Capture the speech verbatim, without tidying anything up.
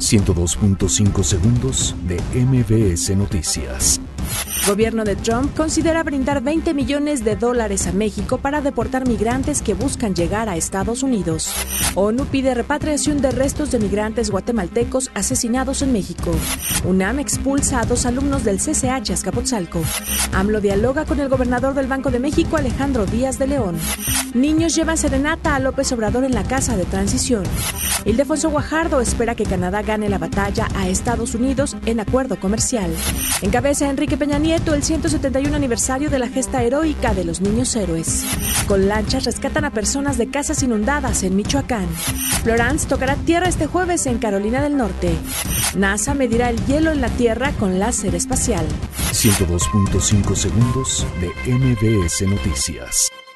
ciento dos punto cinco segundos de M B S Noticias. Gobierno de Trump considera brindar veinte millones de dólares a México para deportar migrantes que buscan llegar a Estados Unidos. ONU pide repatriación de restos de migrantes guatemaltecos asesinados en México. UNAM expulsa a dos alumnos del C C H Azcapotzalco. AMLO dialoga con el gobernador del Banco de México, Alejandro Díaz de León. Niños llevan serenata a López Obrador en la Casa de Transición. Ildefonso Guajardo espera que Canadá gane la batalla a Estados Unidos en acuerdo comercial. Encabeza Enrique Peña Nieto el ciento setenta y uno aniversario de la gesta heroica de los niños héroes. Con lanchas rescatan a personas de casas inundadas en Michoacán. Florence tocará tierra este jueves en Carolina del Norte. NASA medirá el hielo en la Tierra con láser espacial. ciento dos punto cinco segundos de M B S Noticias.